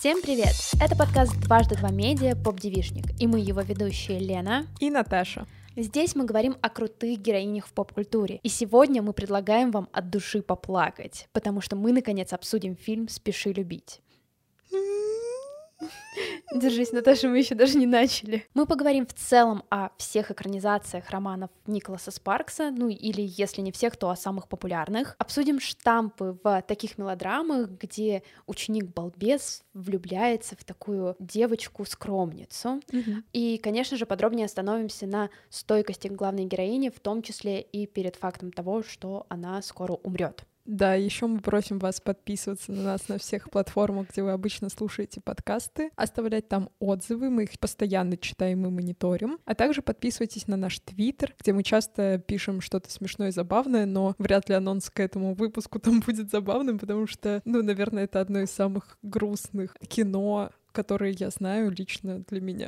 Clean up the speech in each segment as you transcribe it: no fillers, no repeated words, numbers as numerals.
Всем привет! Это подкаст «Дважды два медиа. Поп-девишник», и мы его ведущие Лена и Наташа. Здесь мы говорим о крутых героинях в поп-культуре, и сегодня мы предлагаем вам от души поплакать, потому что мы, наконец, обсудим фильм «Спеши любить». Держись, Наташа, мы еще даже не начали. Мы поговорим в целом о всех экранизациях романов Николаса Спаркса, ну или, если не всех, то о самых популярных. Обсудим штампы в таких мелодрамах, где ученик-балбес влюбляется в такую девочку-скромницу. И, конечно же, подробнее остановимся на стойкости главной героини, в том числе и перед фактом того, что она скоро умрет. Да, еще мы просим вас подписываться на нас на всех платформах, где вы обычно слушаете подкасты, оставлять там отзывы, мы их постоянно читаем и мониторим, а также подписывайтесь на наш Твиттер, где мы часто пишем что-то смешное и забавное, но вряд ли анонс к этому выпуску там будет забавным, потому что, наверное, это одно из самых грустных кино, которые я знаю лично для меня.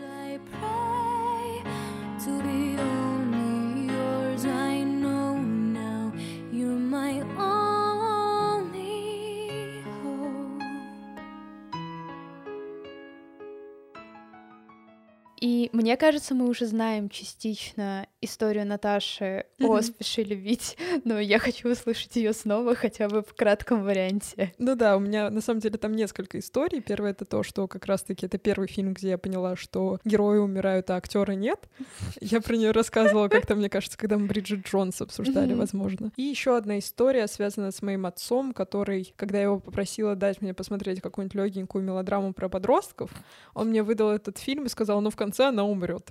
И мне кажется, мы уже знаем частично историю Наташи о «Спеши любить», но я хочу услышать ее снова, хотя бы в кратком варианте. Ну да, у меня на самом деле там несколько историй. Первое — это то, что как раз-таки это первый фильм, где я поняла, что герои умирают, а актера нет. Я про нее рассказывала как-то, мне кажется, когда мы Бриджит Джонс обсуждали, возможно. И еще одна история связана с моим отцом, который, когда я его попросила дать мне посмотреть какую-нибудь легенькую мелодраму про подростков, он мне выдал этот фильм и сказал: в конце она умрет.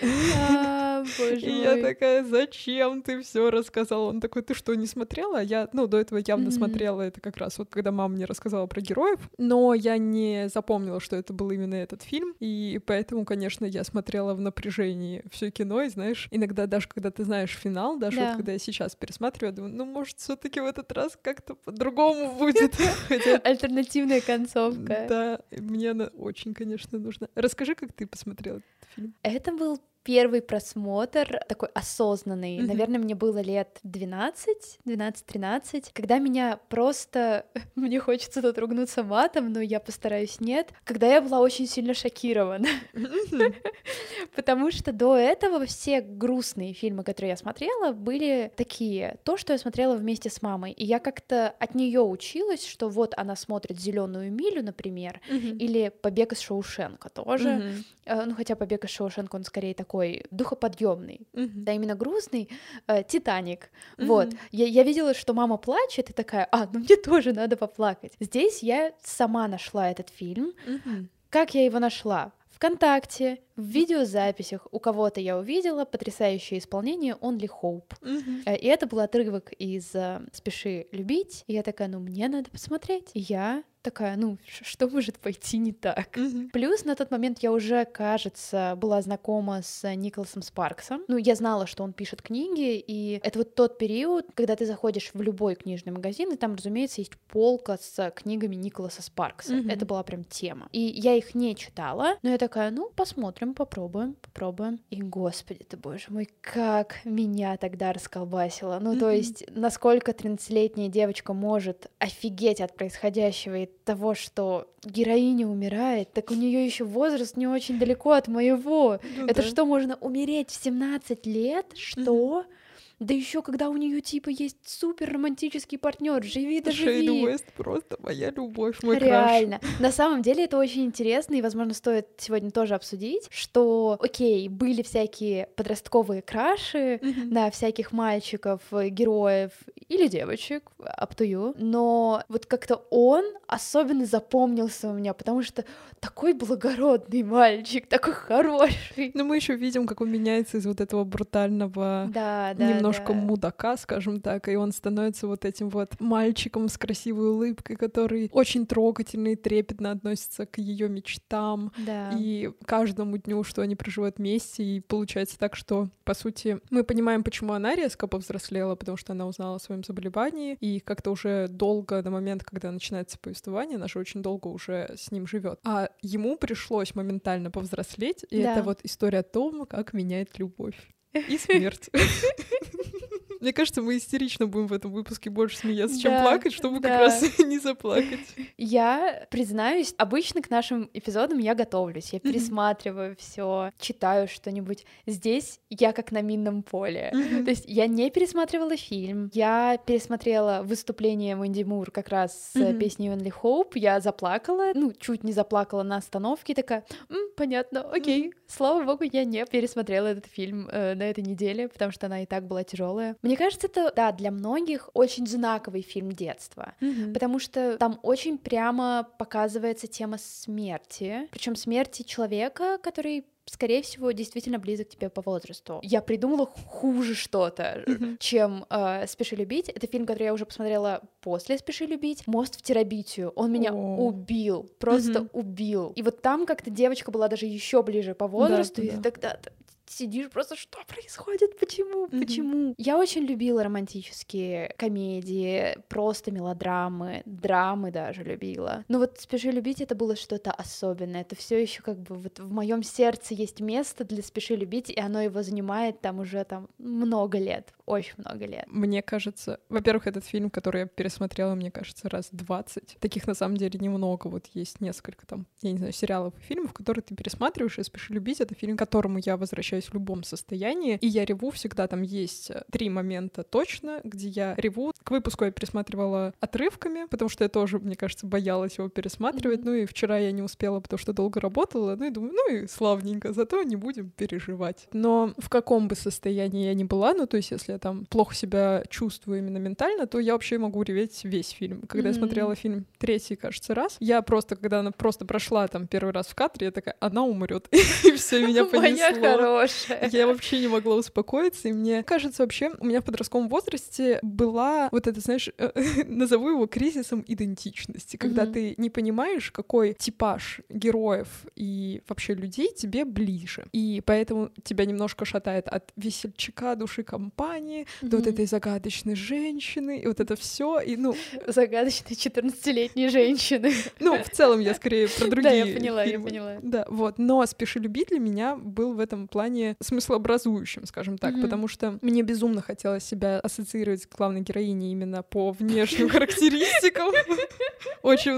Боже и мой. я такая: зачем ты все рассказала? Он такой: ты что, не смотрела? Я, до этого явно смотрела, это как раз вот когда мама мне рассказала про героев, но я не запомнила, что это был именно этот фильм, и поэтому, конечно, я смотрела в напряжении все кино, и знаешь, иногда даже когда ты знаешь финал, даже вот когда я сейчас пересматриваю, я думаю, может, все таки в этот раз как-то по-другому будет. Альтернативная концовка. Да, мне она очень, конечно, нужна. Расскажи, как ты посмотрела этот фильм. Это был первый просмотр, такой осознанный. Наверное, мне было лет 12-13, когда меня просто... Мне хочется тут ругнуться матом, но я постараюсь нет. Когда я была очень сильно шокирована. Потому что до этого все грустные фильмы, которые я смотрела, были такие. То, что я смотрела вместе с мамой. И я как-то от нее училась, что вот она смотрит «Зеленую милю», например, или «Побег из Шоушенка» тоже. Хотя «Побег из Шоушенка» он скорее такой духоподъемный, да, именно грустный, «Титаник». Вот. Я видела, что мама плачет, и такая: мне тоже надо поплакать. Здесь я сама нашла этот фильм. Как я его нашла? ВКонтакте, в видеозаписях. У кого-то я увидела потрясающее исполнение Only Hope. И это был отрывок из «Спеши любить». И я такая: мне надо посмотреть. И я такая: что может пойти не так? Плюс на тот момент я уже, кажется, была знакома с Николасом Спарксом. Я знала, что он пишет книги, и это вот тот период, когда ты заходишь в любой книжный магазин, и там, разумеется, есть полка с книгами Николаса Спаркса. Это была прям тема. И я их не читала, но я такая: посмотрим, попробуем. И, господи ты, боже мой, как меня тогда расколбасило. То есть, насколько 13-летняя девочка может офигеть от происходящего и того, что героиня умирает, так у нее еще возраст не очень далеко от моего. Это что, можно умереть в 17 лет? Что? Да еще когда у нее типа есть супер романтический партнер, живи да живи. Шейн Уэст просто моя любовь, мой краш. Реально. На самом деле это очень интересно, и, возможно, стоит сегодня тоже обсудить, что, окей, были всякие подростковые краши на всяких мальчиков, героев или девочек, up to you, но вот как-то он особенно запомнился у меня, потому что такой благородный мальчик, такой хороший. Но мы еще видим, как он меняется из вот этого брутального, немножко мудака, скажем так, и он становится вот этим вот мальчиком с красивой улыбкой, который очень трогательно и трепетно относится к ее мечтам и каждому дню, что они проживают вместе, и получается так, что, по сути, мы понимаем, почему она резко повзрослела, потому что она узнала о своем заболевании, и как-то уже долго, на момент, когда начинается повествование, она же очень долго уже с ним живет. А ему пришлось моментально повзрослеть, и это вот история о том, как меняет любовь и смерть. Мне кажется, мы истерично будем в этом выпуске больше смеяться, чем плакать, чтобы как раз не заплакать. Я признаюсь, обычно к нашим эпизодам я готовлюсь, я пересматриваю все, читаю что-нибудь. Здесь я как на минном поле. То есть я не пересматривала фильм, я пересмотрела выступление Мэнди Мур как раз с песней Only Hope, я заплакала, чуть не заплакала на остановке, такая, понятно, окей, слава богу, я не пересмотрела этот фильм на этой неделе, потому что она и так была тяжелая. Мне кажется, это, да, для многих очень знаковый фильм детства, потому что там очень прямо показывается тема смерти, причем смерти человека, который, скорее всего, действительно близок к тебе по возрасту. Я придумала хуже что-то, чем «Спеши любить». Это фильм, который я уже посмотрела после «Спеши любить». «Мост в Терабитию». Он меня убил, просто убил. И вот там как-то девочка была даже еще ближе по возрасту, и тогда сидишь просто, что происходит, почему? Я очень любила романтические комедии, просто мелодрамы, драмы даже любила. Но вот «Спеши любить» — это было что-то особенное, это все еще как бы вот в моем сердце есть место для «Спеши любить», и оно его занимает там уже много лет, очень много лет. Мне кажется, во-первых, этот фильм, который я пересмотрела, мне кажется, раз 20. Таких на самом деле немного, вот есть несколько там, я не знаю, сериалов и фильмов, которые ты пересматриваешь, и «Спеши любить» — это фильм, к которому я возвращаюсь в любом состоянии, и я реву всегда, там есть 3 момента точно, где я реву. К выпуску я пересматривала отрывками, потому что я тоже, мне кажется, боялась его пересматривать, и вчера я не успела, потому что долго работала, и думаю, и славненько, зато не будем переживать. Но в каком бы состоянии я ни была, то есть если я там плохо себя чувствую именно ментально, то я вообще могу реветь весь фильм. Когда я смотрела фильм 3-й, кажется, раз, я просто, когда она просто прошла там первый раз в кадре, я такая, она умрет, и все, меня понесло. Я вообще не могла успокоиться, и мне кажется, вообще у меня в подростковом возрасте была вот это, знаешь, назову его кризисом идентичности, когда ты не понимаешь, какой типаж героев и вообще людей тебе ближе, и поэтому тебя немножко шатает от весельчака, души компании до вот этой загадочной женщины, и вот это все, и загадочной 14-летней женщины. В целом я скорее про другие. Да, я поняла. Да, вот, но «Спеши любить» для меня был в этом плане смыслообразующим, скажем так, потому что мне безумно хотелось себя ассоциировать с главной героиней именно по внешним характеристикам. Очень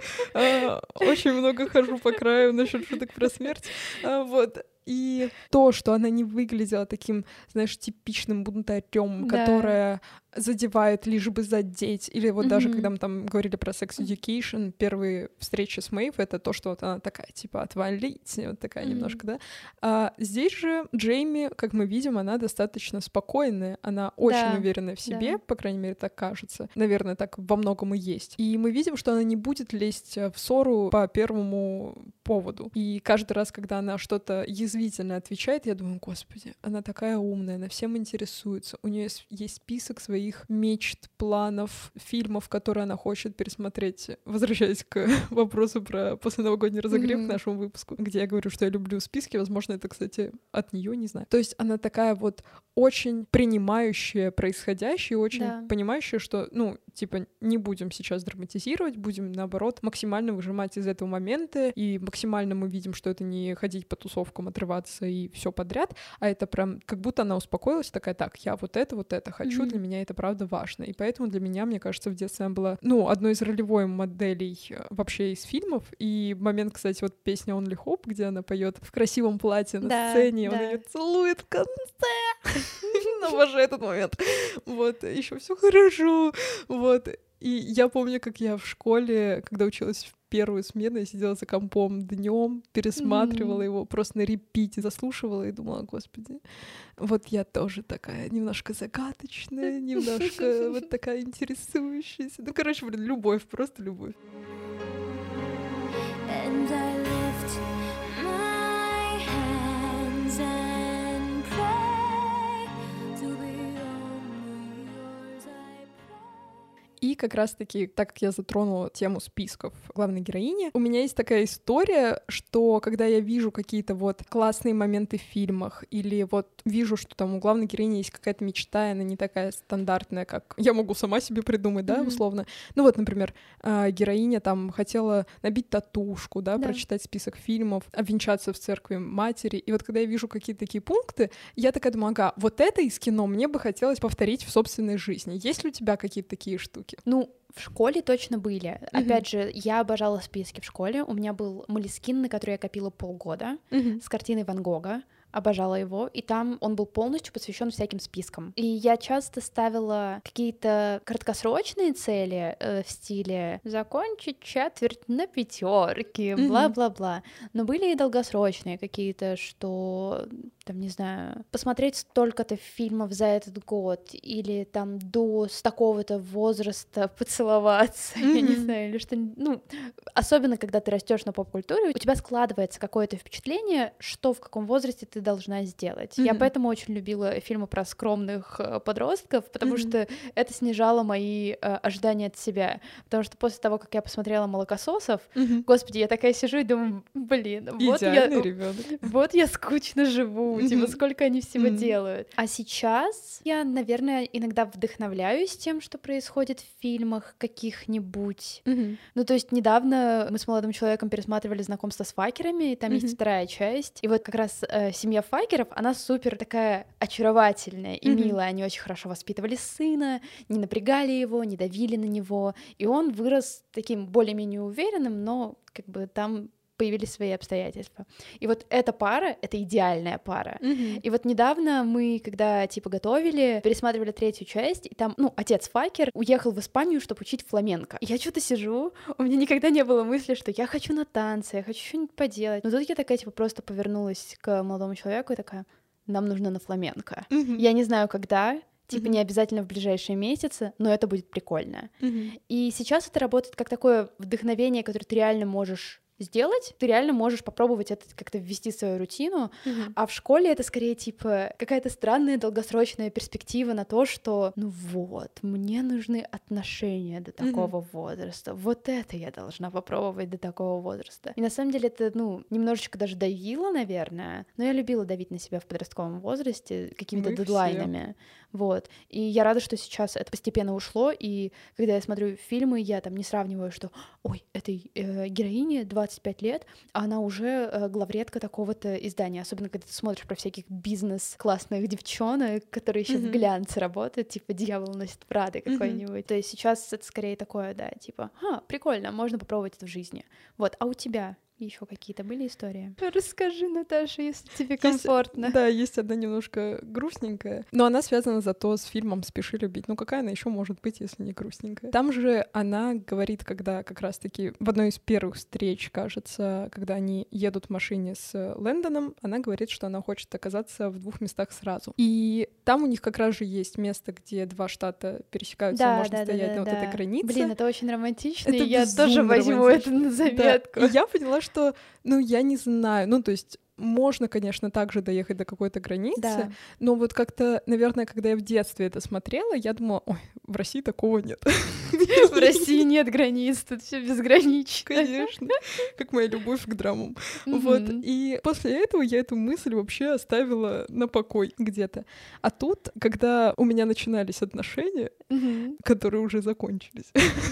много хожу по краю насчет шуток про смерть. Вот. И то, что она не выглядела таким, знаешь, типичным бунтарем, которая задевает лишь бы задеть. Или вот даже когда мы там говорили про Sex Education, первые встречи с Мэйв — это то, что вот она такая, типа, отвалите, вот такая немножко, да. А здесь же Джейми, как мы видим, она достаточно спокойная, она очень уверенная в себе, по крайней мере, так кажется. Наверное, так во многом и есть. И мы видим, что она не будет лезть в ссору по первому поводу. И каждый раз, когда она что-то язвительно отвечает, я думаю, господи, она такая умная, она всем интересуется, у нее есть список своих мечт, планов, фильмов, которые она хочет пересмотреть. Возвращаясь к вопросу про посленовогодний разогрев к нашему выпуску, где я говорю, что я люблю списки, возможно, это, кстати, от нее, не знаю. То есть она такая вот очень принимающая происходящее, очень понимающая, что, не будем сейчас драматизировать, будем, наоборот, максимально выжимать из этого момента, и максимально мы видим, что это не ходить по тусовкам, отрываться и все подряд, а это прям как будто она успокоилась, такая, так, я вот это хочу, для меня это правда важно. И поэтому для меня, мне кажется, в детстве она была, одной из ролевой моделей вообще из фильмов. И момент, кстати, вот песня Only Hope, где она поет в красивом платье на сцене, он ее целует в конце. Обожаю этот момент. Вот, еще все хорошо. Вот. И я помню, как я в школе, когда училась в первую смену, я сидела за компом днем, пересматривала его, просто на репите заслушивала и думала, господи, вот я тоже такая немножко загадочная, немножко вот такая интересующаяся. Любовь, просто любовь. И как раз-таки, так как я затронула тему списков главной героини, у меня есть такая история, что когда я вижу какие-то вот классные моменты в фильмах, или вот вижу, что там у главной героини есть какая-то мечта, и она не такая стандартная, как я могу сама себе придумать, да, условно. Ну вот, например, героиня там хотела набить татушку, да, прочитать список фильмов, обвенчаться в церкви матери, и вот когда я вижу какие-то такие пункты, я такая думаю, ага, вот это из кино мне бы хотелось повторить в собственной жизни. Есть ли у тебя какие-то такие штуки? Ну, в школе точно были. Опять же, я обожала списки в школе. У меня был Молескин, на который я копила полгода, с картиной Ван Гога. Обожала его, и там он был полностью посвящен всяким спискам. И я часто ставила какие-то краткосрочные цели в стиле закончить четверть на 5, бла-бла-бла. Но были и долгосрочные какие-то, что там, не знаю, посмотреть столько-то фильмов за этот год, или там до такого-то возраста поцеловаться, я не знаю, или что, ну, особенно когда ты растешь на поп-культуре, у тебя складывается какое-то впечатление, что в каком возрасте ты должна сделать. Я поэтому очень любила фильмы про скромных подростков, потому что это снижало мои ожидания от себя, потому что после того, как я посмотрела «Молокососов», господи, я такая сижу и думаю, блин, вот я скучно живу, типа, сколько они всего делают. А сейчас я, наверное, иногда вдохновляюсь тем, что происходит в фильмах каких-нибудь. Ну, то есть недавно мы с молодым человеком пересматривали «Знакомство с факерами», и там есть вторая часть, и вот как раз семья факеров, она супер такая очаровательная и милая, они очень хорошо воспитывали сына, не напрягали его, не давили на него, и он вырос таким более-менее уверенным, но как бы там появились свои обстоятельства. И вот эта пара — это идеальная пара. И вот недавно мы, когда, типа, готовили, пересматривали третью часть, и там, ну, отец факер уехал в Испанию, чтобы учить фламенко. И я что-то сижу, у меня никогда не было мысли, что я хочу на танцы, я хочу что-нибудь поделать. Но тут я такая, типа, просто повернулась к молодому человеку и такая, нам нужно на фламенко. Я не знаю, когда, типа, не обязательно в ближайшие месяцы, но это будет прикольно. И сейчас это работает как такое вдохновение, которое ты реально можешь сделать, ты реально можешь попробовать это как-то ввести в свою рутину, а в школе это скорее, типа, какая-то странная долгосрочная перспектива на то, что, ну вот, мне нужны отношения до такого возраста, вот это я должна попробовать до такого возраста. И на самом деле это, ну, немножечко даже давило, наверное, но я любила давить на себя в подростковом возрасте какими-то дедлайнами. Вот. И я рада, что сейчас это постепенно ушло, и когда я смотрю фильмы, я там не сравниваю, что, ой, этой героине 25 лет, а она уже главредка такого-то издания, особенно когда ты смотришь про всяких бизнес-классных девчонок, которые еще в глянце работают, типа «Дьявол носит Прада» какой-нибудь. То есть сейчас это скорее такое, да, типа прикольно, можно попробовать это в жизни. Вот, а у тебя еще какие-то были истории? Расскажи, Наташа, если тебе комфортно. Да, есть одна немножко грустненькая, но она связана зато с фильмом «Спеши любить». Ну какая она еще может быть, если не грустненькая? Там же она говорит, когда как раз-таки в одной из первых встреч, кажется, когда они едут в машине с Лэндоном, она говорит, что она хочет оказаться в 2 местах сразу. И там у них как раз же есть место, где 2 штата пересекаются, и можно стоять на вот этой границе. Блин, это очень романтично, и я тоже возьму это на заметку. Да. И я поняла, что, ну, я не знаю, ну, то есть можно, конечно, также доехать до какой-то границы, но вот как-то, наверное, когда я в детстве это смотрела, я думала, ой, в России такого нет. В России нет границ, тут все безгранично. Конечно, как моя любовь к драмам. Вот, и после этого я эту мысль вообще оставила на покой где-то. А тут, когда у меня начинались отношения, которые уже закончились.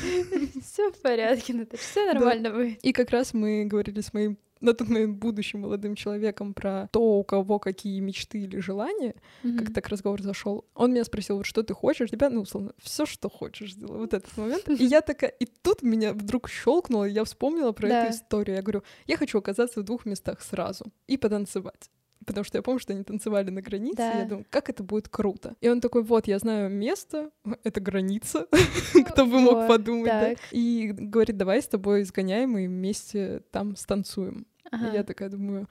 Все в порядке, Наташа, все нормально будет. И как раз мы говорили с моим на тот момент будущим молодым человеком про то, у кого какие мечты или желания, как так разговор зашел. Он меня спросил, вот что ты хочешь? Тебя, ну, условно, все, что хочешь, сделай. Вот этот момент. И я такая, и тут меня вдруг щелкнуло, и я вспомнила про эту историю. Я говорю, я хочу оказаться в 2 местах сразу и потанцевать. Потому что я помню, что они танцевали на границе, и я думаю, как это будет круто. И он такой, вот, я знаю место, это граница, кто бы мог подумать, да? И говорит, давай с тобой сгоняем и вместе там станцуем. И я такая думаю,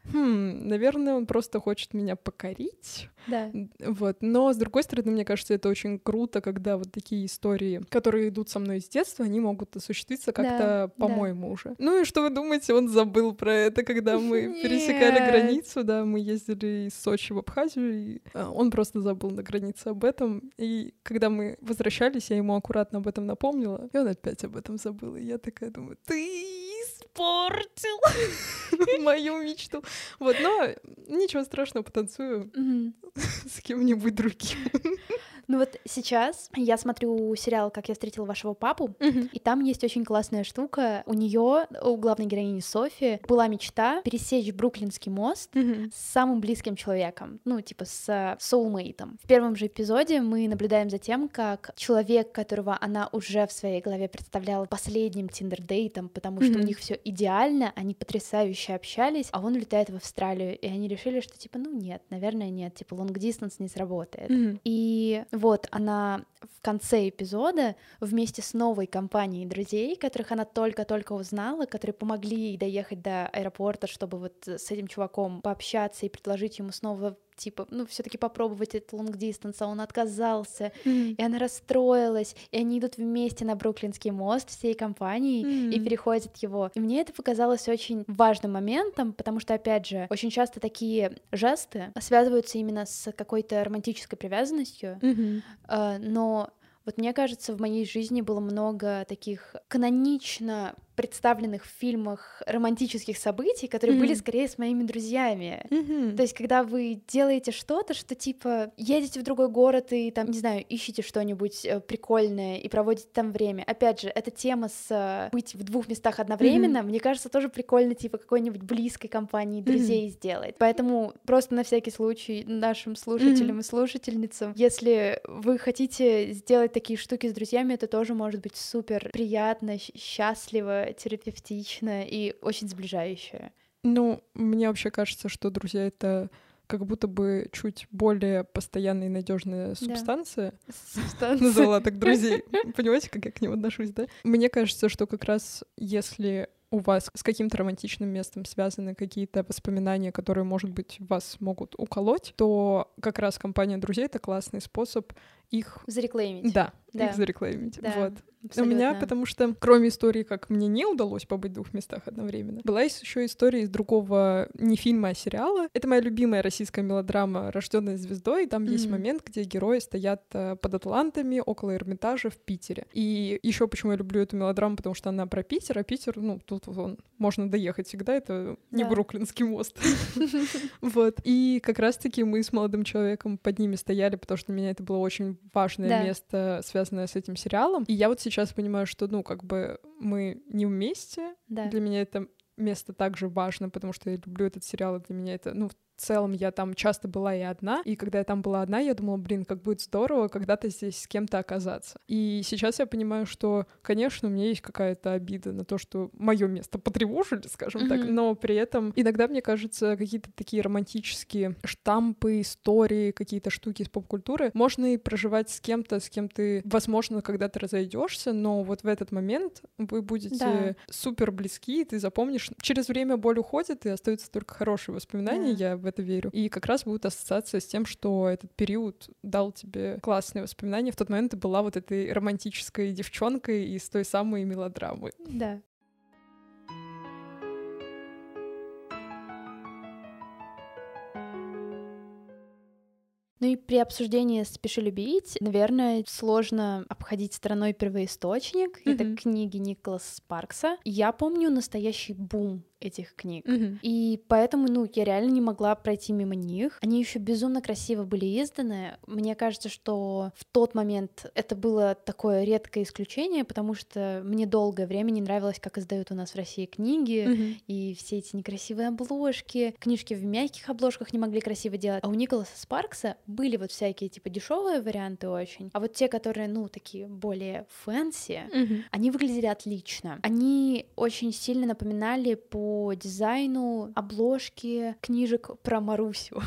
Наверное, он просто хочет меня покорить. Да. Вот. Но, с другой стороны, мне кажется, это очень круто, когда вот такие истории, которые идут со мной с детства, они могут осуществиться как-то по-моему уже. Ну и что вы думаете, он забыл про это, когда мы пересекали границу, да, мы ездили из Сочи в Абхазию, и он просто забыл на границе об этом. И когда мы возвращались, я ему аккуратно об этом напомнила, и он опять об этом забыл. И я такая думаю, ты испортил мою мечту. Вот, но ничего страшного, потанцую с кем-нибудь другим. Ну вот сейчас я смотрю сериал «Как я встретила вашего папу», и там есть очень классная штука. У нее, у главной героини Софи, была мечта пересечь Бруклинский мост с самым близким человеком, ну, типа с соулмейтом. В первом же эпизоде мы наблюдаем за тем, как человек, которого она уже в своей голове представляла последним тиндер-дейтом, потому что у них все идеально, они потрясающе общались, а он улетает в Австралию, и они решили, что типа, ну нет, наверное, нет, типа long distance не сработает. И вот она в конце эпизода вместе с новой компанией друзей, которых она только-только узнала, которые помогли ей доехать до аэропорта, чтобы вот с этим чуваком пообщаться и предложить ему снова типа, ну, все-таки попробовать этот long distance, а он отказался, и она расстроилась, и они идут вместе на Бруклинский мост всей компанией и переходят его. И мне это показалось очень важным моментом, потому что, опять же, очень часто такие жесты связываются именно с какой-то романтической привязанностью, но вот мне кажется, в моей жизни было много таких канонично представленных в фильмах романтических событий, которые были скорее с моими друзьями. То есть, когда вы делаете что-то, что типа едете в другой город и там, не знаю, ищете что-нибудь прикольное и проводите там время. Опять же, эта тема с быть в двух местах одновременно, мне кажется, тоже прикольно, типа какой-нибудь близкой компании друзей сделать. Поэтому просто на всякий случай нашим слушателям и слушательницам, если вы хотите сделать такие штуки с друзьями, это тоже может быть супер приятно, счастливо, терапевтично и очень сближающее. Ну, мне вообще кажется, что друзья — это как будто бы чуть более постоянная и надежная субстанция. Назвала так друзей. Понимаете, как я к ним отношусь, да? Мне кажется, что как раз если у вас с каким-то романтичным местом связаны какие-то воспоминания, которые, может быть, вас могут уколоть, то как раз компания друзей — это классный способ их... Зареклеймить. Да, их зареклеймить. Да. Вот. Абсолютно. У меня, потому что кроме истории, как мне не удалось побыть в двух местах одновременно, была еще история из другого не фильма, а сериала. Это моя любимая российская мелодрама «Рожденная звездой». Там есть момент, где герои стоят под Атлантами около Эрмитажа в Питере. И еще почему я люблю эту мелодраму, потому что она про Питер, а Питер, ну, тут можно доехать всегда, это не Бруклинский мост. Вот. И как раз-таки мы с молодым человеком под ними стояли, потому что для меня это было очень важное место, связанное с этим сериалом. И я вот сейчас понимаю, что, ну, как бы мы не вместе. Для меня это место также важно, потому что я люблю этот сериал, и для меня это, ну, в целом я там часто была и одна, и когда я там была одна, я думала, блин, как будет здорово когда-то здесь с кем-то оказаться. И сейчас я понимаю, что, конечно, у меня есть какая-то обида на то, что мое место потревожили, скажем так, но при этом иногда, мне кажется, какие-то такие романтические штампы, истории, какие-то штуки из поп-культуры можно и проживать с кем ты, возможно, когда-то разойдешься, но вот в этот момент вы будете супер близки, и ты запомнишь. Через время боль уходит, и остаются только хорошие воспоминания, я в это верю. И как раз будет ассоциация с тем, что этот период дал тебе классные воспоминания. В тот момент ты была вот этой романтической девчонкой из той самой мелодрамы. Да. Ну и при обсуждении «Спеши любить», наверное, сложно обходить стороной первоисточник. Это книги Николаса Спаркса. Я помню настоящий бум этих книг. И поэтому, ну, я реально не могла пройти мимо них. Они еще безумно красиво были изданы. Мне кажется, что в тот момент это было такое редкое исключение, потому что мне долгое время не нравилось, как издают у нас в России книги, и все эти некрасивые обложки. Книжки в мягких обложках не могли красиво делать. А у Николаса Спаркса были вот всякие, типа, дешевые варианты очень, а вот те, которые, ну, такие более фэнси, они выглядели отлично. Они очень сильно напоминали по дизайну обложки книжек про Марусю.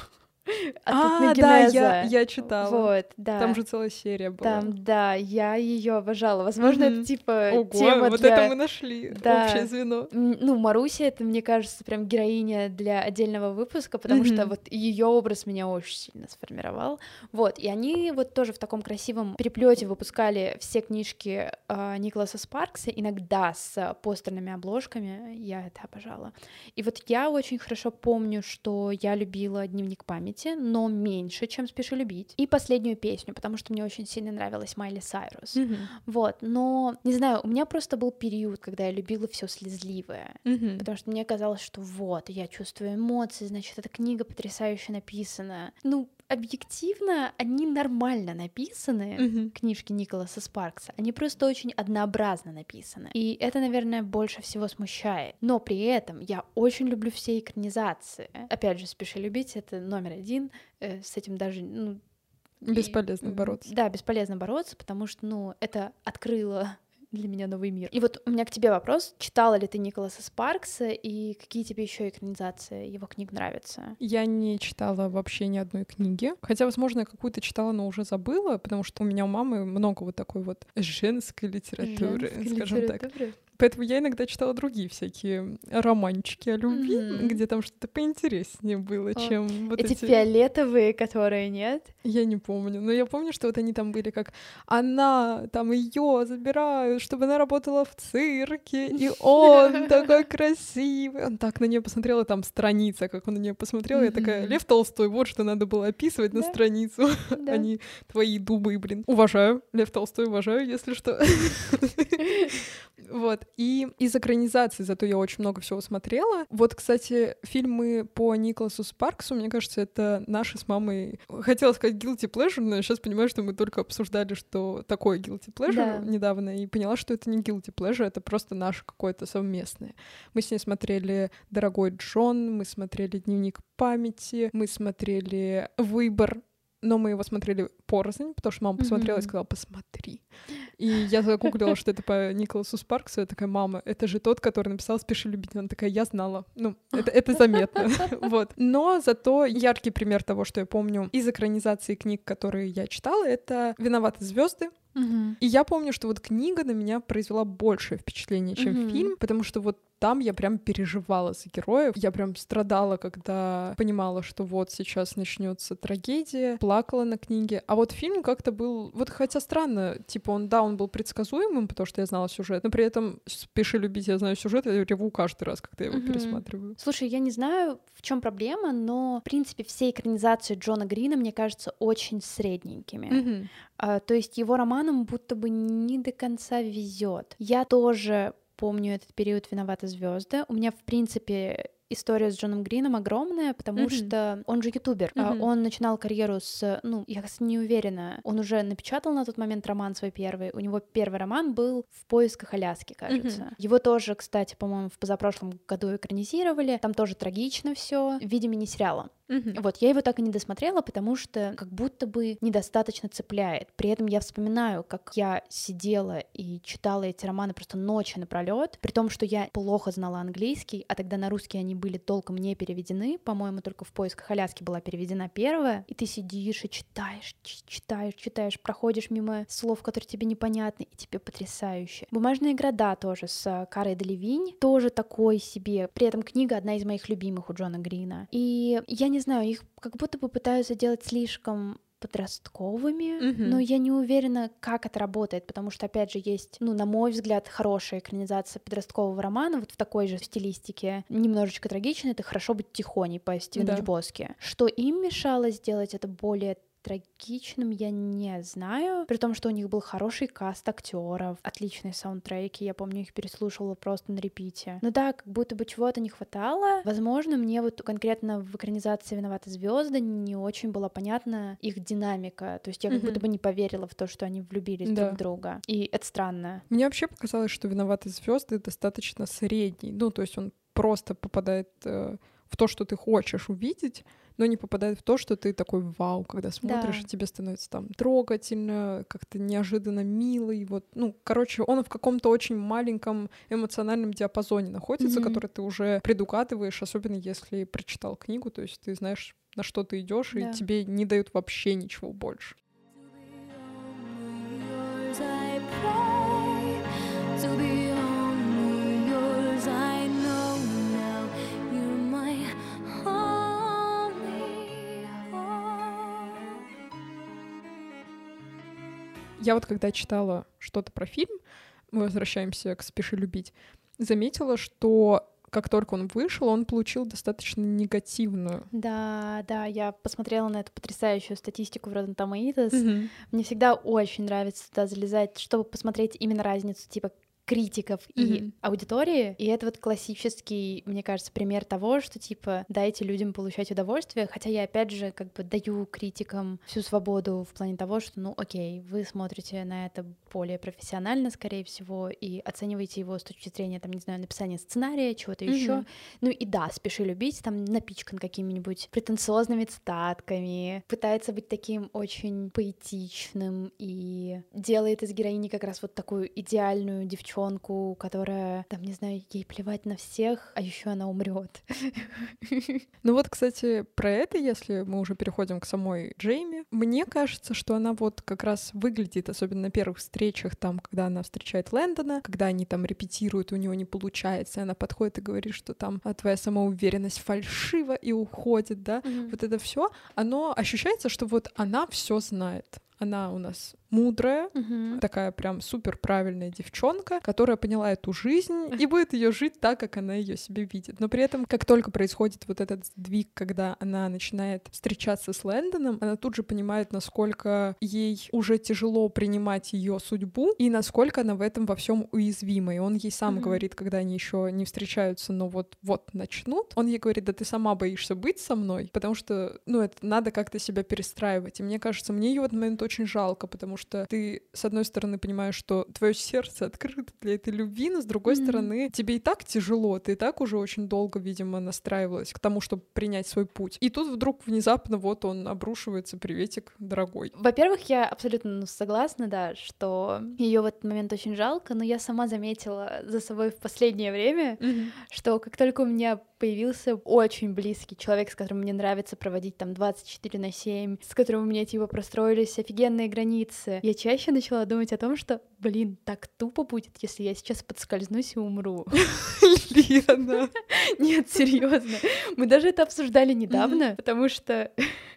Да, я читала. Вот, да. Там же целая серия была. Там, да, я ее обожала. Возможно, это типа Ого, тема вот для... это мы нашли общее звено. Ну, Маруся, это, мне кажется, прям героиня для отдельного выпуска, потому что вот ее образ меня очень сильно сформировал. Вот, и они вот тоже в таком красивом переплете выпускали все книжки Николаса Спаркса, иногда с постерными обложками. Я это обожала. И вот я очень хорошо помню, что я любила «Дневник памяти», но меньше, чем «Спеши любить», и «Последнюю песню», потому что мне очень сильно нравилась Майли Сайрус. Вот, но, не знаю, у меня просто был период, когда я любила все слезливое, потому что мне казалось, что вот, я чувствую эмоции, значит, эта книга потрясающе написана. Ну, объективно, они нормально написаны, книжки Николаса Спаркса, они просто очень однообразно написаны. И это, наверное, больше всего смущает. Но при этом я очень люблю все экранизации. Опять же, «Спеши любить» — это номер один, с этим даже... бесполезно бороться. Да, бесполезно бороться, потому что, это открыло для меня новый мир. И вот у меня к тебе вопрос. Читала ли ты Николаса Спаркса, и какие тебе еще экранизации его книг нравятся? Я не читала вообще ни одной книги. Хотя, возможно, я какую-то читала, но уже забыла, потому что у меня у мамы много вот такой вот женской литературы, скажем так. Поэтому я иногда читала другие всякие романчики о любви, где там что-то поинтереснее было, чем вот эти... Эти фиолетовые, которые нет? Я не помню. Но я помню, что вот они там были как... Она, там ее забирают, чтобы она работала в цирке, и он такой красивый. Он так на нее посмотрел, и там страница, как он на нее посмотрел. Я такая, Лев Толстой, вот что надо было описывать на страницу, а не твои дубы, блин. Уважаю, Лев Толстой уважаю, если что. Вот. И из экранизации зато я очень много всего смотрела. Вот, кстати, фильмы по Николасу Спарксу, мне кажется, это наши с мамой... Хотела сказать guilty pleasure, но я сейчас понимаю, что мы только обсуждали, что такое guilty pleasure недавно, и поняла, что это не guilty pleasure, это просто наше какое-то совместное. Мы с ней смотрели «Дорогой Джон», мы смотрели «Дневник памяти», мы смотрели «Выбор», но мы его смотрели порознь, потому что мама посмотрела и сказала: посмотри. И я загуглила, что это по Николасу Спарксу, я такая: мама, это же тот, который написал «Спеши любить». Она такая: я знала. Ну, это заметно. Вот. Но зато яркий пример того, что я помню из экранизации книг, которые я читала, это «Виноваты звезды». И я помню, что вот книга на меня произвела большее впечатление, чем фильм, потому что вот там я прям переживала за героев. Я прям страдала, когда понимала, что вот сейчас начнется трагедия, плакала на книге. А вот фильм как-то был... Вот хотя странно, типа он был предсказуемым, потому что я знала сюжет, но при этом «Спеши любить», я знаю сюжет, я реву каждый раз, когда я его пересматриваю. Слушай, я не знаю, в чем проблема, но, в принципе, все экранизации Джона Грина, мне кажется, очень средненькими. То есть его романам будто бы не до конца везет. Я тоже помню этот период «Виноваты звезды». У меня, в принципе, история с Джоном Грином огромная, потому что он же ютубер. Он начинал карьеру с... я не уверена, он уже напечатал на тот момент роман свой первый. У него первый роман был «В поисках Аляски», кажется. Его тоже, кстати, по-моему, в позапрошлом году экранизировали. Там тоже трагично все в виде мини-сериала. Вот, я его так и не досмотрела, потому что как будто бы недостаточно цепляет. При этом я вспоминаю, как я сидела и читала эти романы просто ночи напролёт, при том, что я плохо знала английский, а тогда на русский они были толком не переведены, по-моему, только «В поисках Аляски» была переведена первая, и ты сидишь и читаешь, проходишь мимо слов, которые тебе непонятны, и тебе потрясающе. «Бумажные города» тоже с Карой Делевинь, тоже такой себе. При этом книга одна из моих любимых у Джона Грина. И я не знаю, их как будто бы пытаются делать слишком подростковыми, но я не уверена, как это работает, потому что, опять же, есть, на мой взгляд, хорошая экранизация подросткового романа вот в такой же стилистике, немножечко трагичной, это «Хорошо быть тихоней» по Стивену Чбосски. Что им мешало сделать это более трагичным, я не знаю, при том, что у них был хороший каст актеров, отличные саундтреки, я помню, их переслушивала просто на репите. Но да, как будто бы чего-то не хватало. Возможно, мне вот конкретно в экранизации «Виноваты звезды» не очень была понятна их динамика, то есть я как будто бы не поверила в то, что они влюбились друг в друга, и это странно. Мне вообще показалось, что «Виноваты звезды» достаточно средний, то есть он просто попадает в то, что ты хочешь увидеть, но не попадает в то, что ты такой вау, когда смотришь, и тебе становится там трогательно, как-то неожиданно милый. Вот, короче, он в каком-то очень маленьком эмоциональном диапазоне находится, который ты уже предугадываешь, особенно если прочитал книгу, то есть ты знаешь, на что ты идешь, и тебе не дают вообще ничего больше. Я вот когда читала что-то про фильм, мы возвращаемся к «Спеши любить», заметила, что как только он вышел, он получил достаточно негативную. Да, я посмотрела на эту потрясающую статистику в Rotten Tomatoes. Мне всегда очень нравится туда залезать, чтобы посмотреть именно разницу, типа, критиков и аудитории, и это вот классический, мне кажется, пример того, что, типа, дайте людям получать удовольствие, хотя я, опять же, как бы даю критикам всю свободу в плане того, что, ну, окей, вы смотрите на это более профессионально, скорее всего, и оцениваете его с точки зрения, там, не знаю, написания сценария, чего-то еще. Ну и да, «Спеши любить», там напичкан какими-нибудь претенциозными цитатками, пытается быть таким очень поэтичным и делает из героини как раз вот такую идеальную девчонку, которая, там, не знаю, ей плевать на всех, а еще она умрет. Ну вот, кстати, про это, если мы уже переходим к самой Джейми, мне кажется, что она вот как раз выглядит, особенно на первых встречах, там, когда она встречает Лэндона, когда они там репетируют, у него не получается, и она подходит и говорит, что там твоя самоуверенность фальшива и уходит, да, вот это все, оно ощущается, что вот она все знает. Она у нас мудрая, такая прям супер правильная девчонка, которая поняла эту жизнь и будет ее жить так, как она ее себе видит. Но при этом, как только происходит вот этот сдвиг, когда она начинает встречаться с Лэндоном, она тут же понимает, насколько ей уже тяжело принимать ее судьбу и насколько она в этом во всем уязвима. И он ей сам говорит, когда они еще не встречаются, но вот начнут, он ей говорит: да ты сама боишься быть со мной, потому что, ну, это надо как-то себя перестраивать. И мне кажется, мне ее в этот момент очень жалко, потому что ты, с одной стороны, понимаешь, что твое сердце открыто для этой любви, но с другой стороны, тебе и так тяжело, ты и так уже очень долго, видимо, настраивалась к тому, чтобы принять свой путь. И тут вдруг внезапно вот он обрушивается: приветик, дорогой. Во-первых, я абсолютно согласна, да, что ее в этот момент очень жалко, но я сама заметила за собой в последнее время, что как только у меня появился очень близкий человек, с которым мне нравится проводить там 24/7, с которым у меня типа простроились офигенные границы, я чаще начала думать о том, что, блин, так тупо будет, если я сейчас подскользнусь и умру. Лена. Нет, серьезно. Мы даже это обсуждали недавно, потому что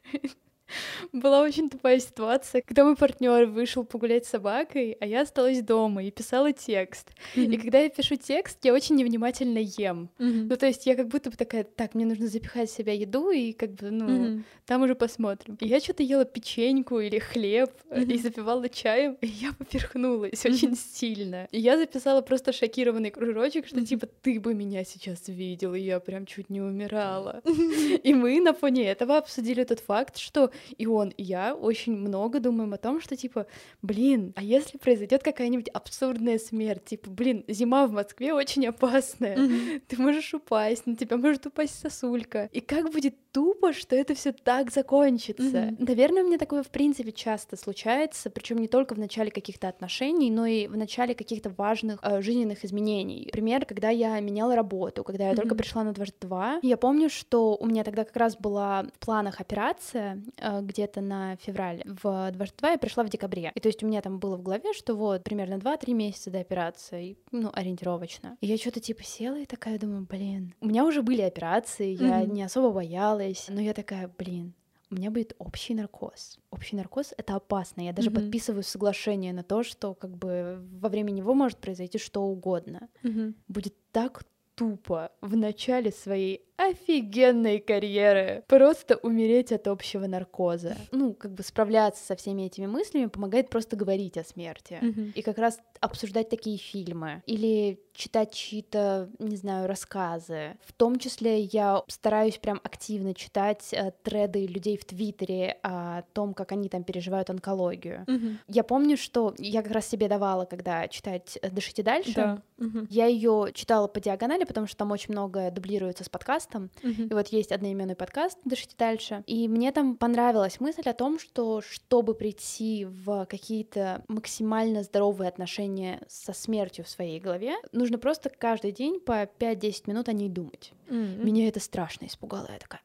была очень тупая ситуация, когда мой партнер вышел погулять с собакой, а я осталась дома и писала текст. И когда я пишу текст, я очень невнимательно ем. Ну, то есть я как будто бы такая: так, мне нужно запихать в себя еду, и как бы, ну, там уже посмотрим. И я что-то ела печеньку или хлеб, и запивала чаем, и я поперхнулась очень сильно. И я записала просто шокированный кружочек, что типа: ты бы меня сейчас видел, и я прям чуть не умирала. И мы на фоне этого обсудили тот факт, что и он, и я очень много думаем о том, что, типа, блин, а если произойдет какая-нибудь абсурдная смерть? Типа, блин, зима в Москве очень опасная, ты можешь упасть, на тебя может упасть сосулька. И как будет тупо, что это все так закончится. Наверное, у меня такое, в принципе, часто случается, причем не только в начале каких-то отношений, но и в начале каких-то важных жизненных изменений. Например, когда я меняла работу, когда я только пришла на 22, я помню, что у меня тогда как раз была в планах операция, где-то на февраль. В 22 я пришла в декабре. И то есть у меня там было в голове, что вот примерно 2-3 месяца до операции, ну, ориентировочно. И я что-то типа села и такая думаю: блин, у меня уже были операции, я не особо боялась, но я такая: блин, у меня будет общий наркоз. Общий наркоз — это опасно. Я даже подписываю соглашение на то, что как бы во время него может произойти что угодно. Будет так тупо в начале своей офигенной карьеры просто умереть от общего наркоза. Ну, как бы справляться со всеми этими мыслями помогает просто говорить о смерти. И как раз обсуждать такие фильмы. Или читать чьи-то, не знаю, рассказы. В том числе я стараюсь прям активно читать треды людей в Твиттере о том, как они там переживают онкологию. Я помню, что я как раз себе давала, когда читать «Дышите дальше». Да. Я ее читала по диагонали, потому что там очень многое дублируется с подкастом. И вот есть одноименный подкаст «Дышите дальше». И мне там понравилась мысль о том, что чтобы прийти в какие-то максимально здоровые отношения со смертью в своей голове, нужно просто каждый день по 5-10 минут о ней думать. Меня это страшно испугало. Я такая: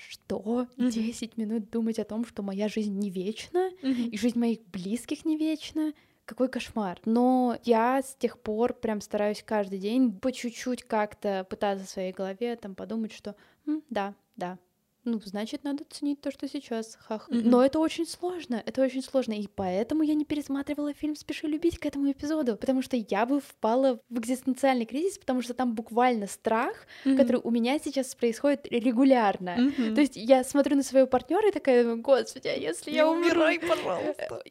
что 10 минут думать о том, что моя жизнь не вечна, и жизнь моих близких не вечна. Какой кошмар. Но я с тех пор прям стараюсь каждый день по чуть-чуть как-то пытаться в своей голове там подумать, что да, ну, значит, надо ценить то, что сейчас. Но это очень сложно, и поэтому я не пересматривала фильм «Спеши любить» к этому эпизоду, потому что я бы впала в экзистенциальный кризис, потому что там буквально страх, который у меня сейчас происходит регулярно. То есть я смотрю на своего партнера и такая: господи, а если я умирай, пожалуйста.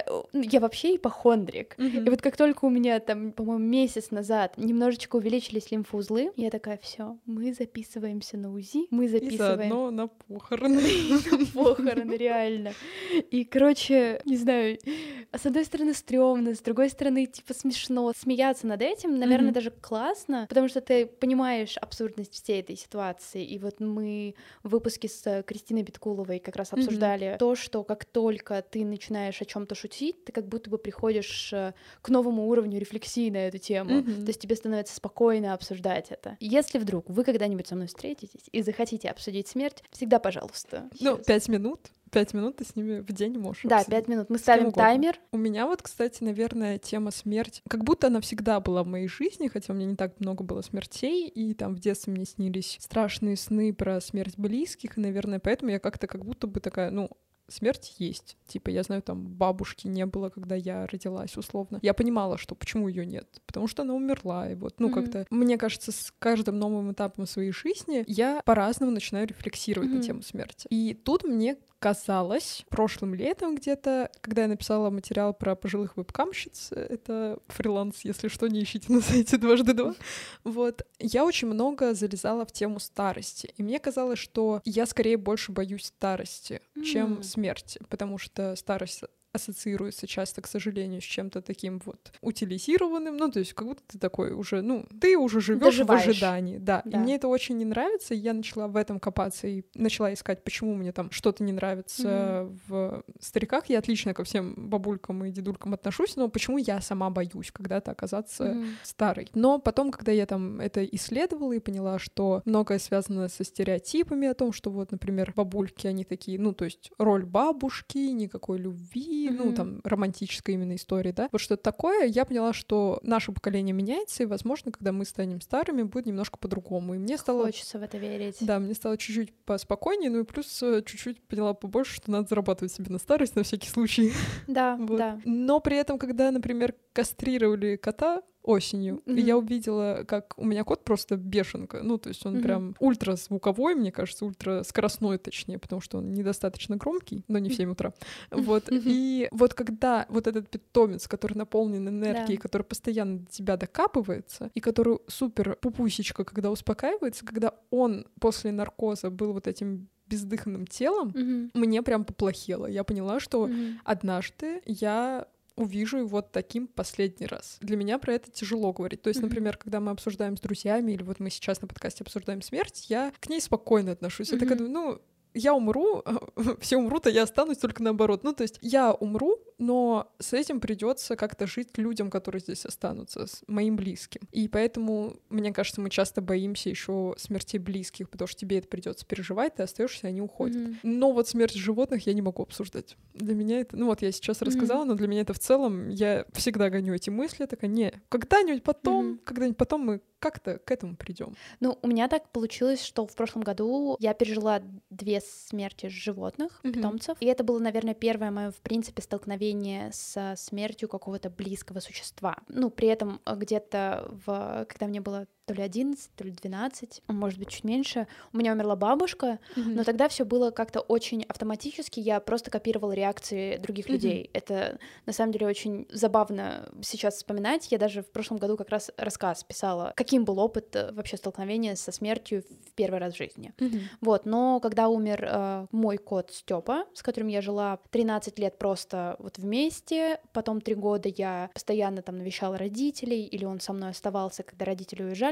Я вообще ипохондрик. И вот как только у меня там, по-моему, месяц назад немножечко увеличились лимфоузлы, я такая: все, мы записываемся на УЗИ, мы записываем... похороны. Похороны, реально. И, короче, не знаю, с одной стороны стрёмно, с другой стороны, типа, смешно. Смеяться над этим, наверное, даже классно, потому что ты понимаешь абсурдность всей этой ситуации. И вот мы в выпуске с Кристиной Биткуловой как раз обсуждали то, что как только ты начинаешь о чем-то шутить, ты как будто бы приходишь к новому уровню рефлексии на эту тему. То есть тебе становится спокойно обсуждать это. Если вдруг вы когда-нибудь со мной встретитесь и захотите обсудить смерть, всегда, пожалуйста. Ну, 5 минут. 5 минут ты с ними в день можешь. Да, 5 минут. Мы ставим таймер. У меня вот, кстати, наверное, тема смерти, как будто она всегда была в моей жизни, хотя у меня не так много было смертей, и там в детстве мне снились страшные сны про смерть близких, и, наверное, поэтому я как-то как будто бы такая, ну, смерть есть. Типа, я знаю, там бабушки не было, когда я родилась, условно. Я понимала, что почему ее нет. Потому что она умерла. И вот, ну, как-то, мне кажется, с каждым новым этапом своей жизни я по-разному начинаю рефлексировать на тему смерти. И тут мне казалось, прошлым летом где-то, когда я написала материал про пожилых вебкамщиц, это фриланс, если что, не ищите на сайте 2x2, вот, я очень много залезала в тему старости, и мне казалось, что я скорее больше боюсь старости, чем смерти, потому что старость ассоциируется часто, к сожалению, с чем-то таким вот утилизированным, ну, то есть как будто ты такой уже, ну, ты уже живешь в ожидании, да, и мне это очень не нравится, и я начала в этом копаться и начала искать, почему мне там что-то не нравится в стариках. Я отлично ко всем бабулькам и дедулькам отношусь, но почему я сама боюсь когда-то оказаться старой? Но потом, когда я там это исследовала и поняла, что многое связано со стереотипами о том, что вот, например, бабульки, они такие, ну, то есть роль бабушки, никакой любви, ну, там, романтической именно истории, да, вот что-то такое, я поняла, что наше поколение меняется, и, возможно, когда мы станем старыми, будет немножко по-другому, и мне стало... Хочется в это верить. Да, мне стало чуть-чуть поспокойнее, ну и плюс чуть-чуть поняла побольше, что надо зарабатывать себе на старость на всякий случай. Да, вот. Да. Но при этом, когда, например, кастрировали кота осенью, и я увидела, как у меня кот просто бешенка, ну, то есть он прям ультразвуковой, мне кажется, ультраскоростной, точнее, потому что он недостаточно громкий, но не в 7 утра, вот, и вот когда вот этот питомец, который наполнен энергией, который постоянно до тебя докапывается, и который супер пупусечка, когда успокаивается, когда он после наркоза был вот этим бездыханным телом, мне прям поплохело. Я поняла, что однажды я увижу его таким последний раз. Для меня про это тяжело говорить. То есть, например, когда мы обсуждаем с друзьями, или вот мы сейчас на подкасте обсуждаем смерть, я к ней спокойно отношусь. Я такая, ну, я умру, все умрут, а я останусь, только наоборот. Ну, то есть я умру, но с этим придется как-то жить людям, которые здесь останутся, с моим близким. И поэтому, мне кажется, мы часто боимся еще смерти близких, потому что тебе это придется переживать, ты остаешься, они уходят. Но вот смерть животных я не могу обсуждать. Для меня это... Ну вот я сейчас рассказала, но для меня это в целом... Я всегда гоню эти мысли, такая, не, когда-нибудь потом мы как-то к этому придем. Ну, у меня так получилось, что в прошлом году я пережила 2 смерти животных, питомцев, и это было, наверное, первое мое, в принципе, столкновение со смертью какого-то близкого существа. Ну, при этом где-то когда мне было то ли 11, то ли 12, может быть, чуть меньше, у меня умерла бабушка, но тогда все было как-то очень автоматически, я просто копировала реакции других людей. Это, на самом деле, очень забавно сейчас вспоминать. Я даже в прошлом году как раз рассказ писала, каким был опыт вообще столкновения со смертью в первый раз в жизни. Вот, но когда умер мой кот Степа, с которым я жила 13 лет просто вот вместе, потом 3 года я постоянно там навещала родителей, или он со мной оставался, когда родители уезжали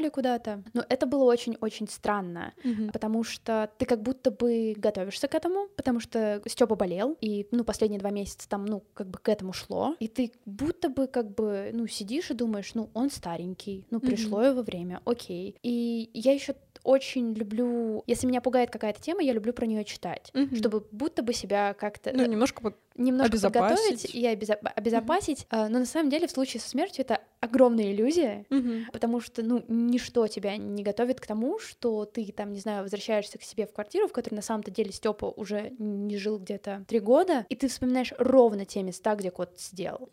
уезжали куда-то. Но это было очень-очень странно, потому что ты как будто бы готовишься к этому, потому что Стёпа болел, и, последние 2 месяца там, как бы к этому шло, и ты будто бы как бы, сидишь и думаешь, он старенький, пришло его время, окей. И я еще очень люблю, если меня пугает какая-то тема, я люблю про нее читать, чтобы будто бы себя как-то... немножко подготовить и обезопасить, но на самом деле в случае со смертью это огромная иллюзия, потому что, ничто тебя не готовит к тому, что ты там, не знаю, возвращаешься к себе в квартиру, в которой на самом-то деле Стёпа уже не жил где-то 3 года, и ты вспоминаешь ровно те места, где кот сидел.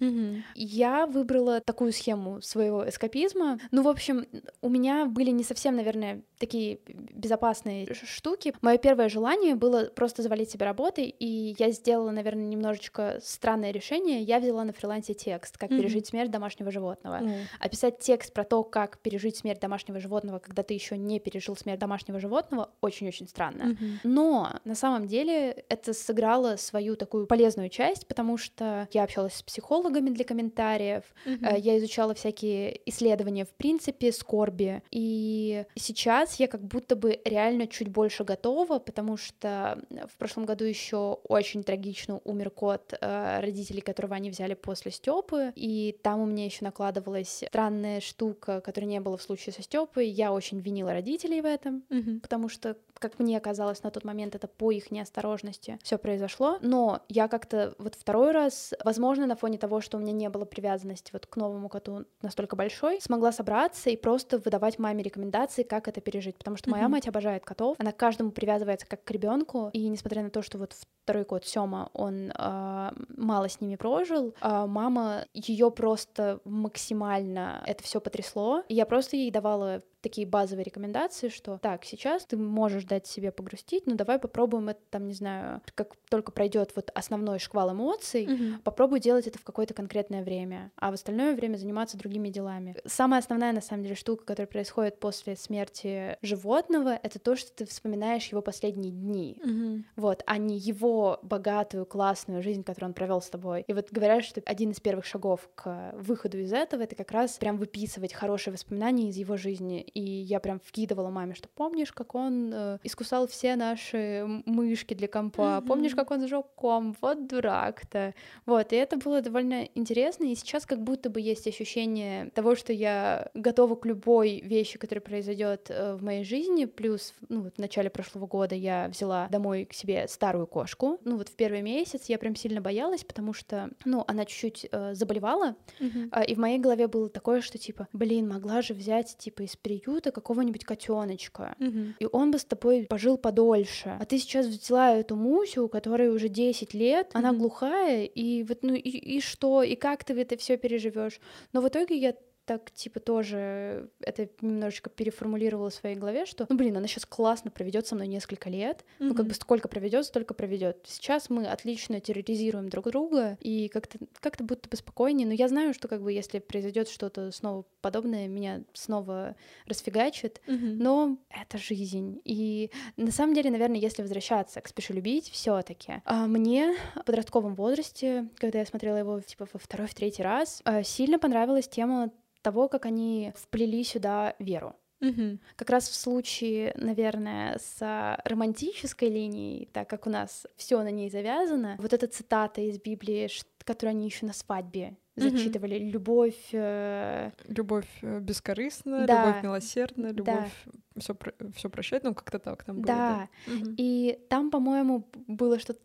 Я выбрала такую схему своего эскапизма. В общем, у меня были не совсем, наверное, такие безопасные штуки. Мое первое желание было просто завалить себя работой, и я сделала, наверное, немножечко странное решение. Я взяла на фрилансе текст «Как пережить смерть домашнего животного». А писать текст про то, как пережить смерть домашнего животного, когда ты еще не пережил смерть домашнего животного, очень-очень странно. Но на самом деле это сыграло свою такую полезную часть, потому что я общалась с психологами для комментариев, я изучала всякие исследования в принципе скорби, и сейчас я как будто бы реально чуть больше готова, потому что в прошлом году еще очень трагично умер кот родителей, которого они взяли после Стёпы, и там у меня еще накладывалась странная штука, которой не было в случае со Стёпой. Я очень винила родителей в этом, потому что, как мне казалось на тот момент, это по их неосторожности все произошло, но я как-то второй раз, возможно, на фоне того, что у меня не было привязанности к новому коту настолько большой, смогла собраться и просто выдавать маме рекомендации, как это пережить, потому что моя мать обожает котов, она к каждому привязывается как к ребенку, и несмотря на то, что второй кот Сёма, он мало с ними прожил, мама ее просто максимально это все потрясло, и я просто ей давала такие базовые рекомендации, что так, сейчас ты можешь дать себе погрустить, но давай попробуем это, там, не знаю, как только пройдет основной шквал эмоций, попробуй делать это в какое-то конкретное время, а в остальное время заниматься другими делами. Самая основная, на самом деле, штука, которая происходит после смерти животного, это то, что ты вспоминаешь его последние дни, а не его богатую, классную жизнь, которую он провел с тобой. И говорят, что один из первых шагов к выходу из этого — это как раз прям выписывать хорошие воспоминания из его жизни. И я прям вкидывала маме, что помнишь, как он искусал все наши мышки для компа, помнишь, как он сжёг комп, вот дурак-то. И это было довольно интересно, и сейчас как будто бы есть ощущение того, что я готова к любой вещи, которая произойдет в моей жизни, плюс, в начале прошлого года я взяла домой к себе старую кошку, в первый месяц я прям сильно боялась, потому что, она чуть-чуть заболевала, и в моей голове было такое, что, могла же взять, из приюта какого-нибудь котеночка, и он бы с тобой пожил подольше. А ты сейчас взяла эту Мусю, которой уже 10 лет, она глухая, и и что, и как ты это все переживешь? Но в итоге я так, тоже это немножечко переформулировала в своей голове, что, она сейчас классно проведет со мной несколько лет, сколько проведет, столько проведет. Сейчас мы отлично терроризируем друг друга, и как-то будто бы спокойнее, но я знаю, что, если произойдет что-то снова подобное, меня снова расфигачит, но это жизнь. И на самом деле, наверное, если возвращаться к «Спеши любить», все-таки мне в подростковом возрасте, когда я смотрела его во второй, в третий раз, сильно понравилась тема того, как они вплели сюда веру. Как раз в случае, наверное, с романтической линией, так как у нас все на ней завязано, эта цитата из Библии, которую они еще на свадьбе зачитывали: любовь бескорыстна, любовь милосердна, любовь все прощает, как-то так там было. Да. И там, по-моему, было что-то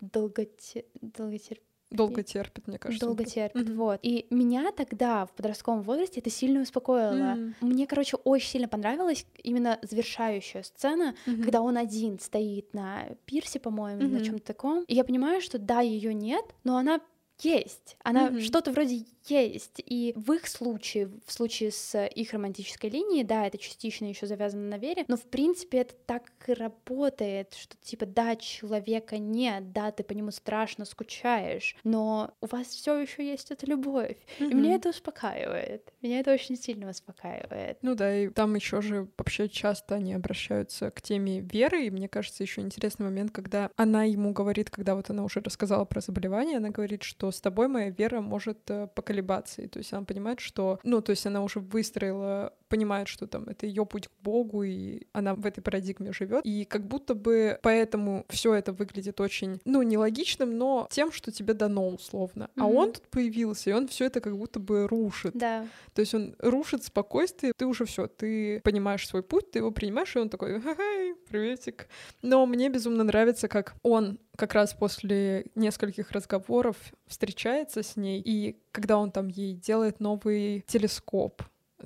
долго терпит, мне кажется. Долго терпит, И меня тогда, в подростковом возрасте, это сильно успокоило. Мне, очень сильно понравилась именно завершающая сцена, когда он один стоит на пирсе, по-моему, на чем-то таком. И я понимаю, что да, ее нет, но она есть. Она что-то вроде есть. И в их случае, в случае с их романтической линией, да, это частично еще завязано на вере, но в принципе это так и работает, что да, человека нет, да, ты по нему страшно скучаешь, но у вас все еще есть эта любовь. И меня это успокаивает. Меня это очень сильно успокаивает. Да, и там еще же вообще часто они обращаются к теме веры, и мне кажется, еще интересный момент, когда она ему говорит, когда она уже рассказала про заболевание, она говорит, что что с тобой моя вера может поколебаться. И то есть она понимает, что... Ну, то есть она уже выстроила, понимает, что там это ее путь к Богу, и она в этой парадигме живет. И как будто бы поэтому все это выглядит очень, ну, нелогичным, но тем, что тебе дано условно. А он тут появился, и он все это как будто бы рушит. Да. То есть он рушит спокойствие, ты уже все, ты понимаешь свой путь, ты его принимаешь, и он такой: «Хай, приветик». Но мне безумно нравится, как он как раз после нескольких разговоров встречается с ней, и когда он там ей делает новый телескоп,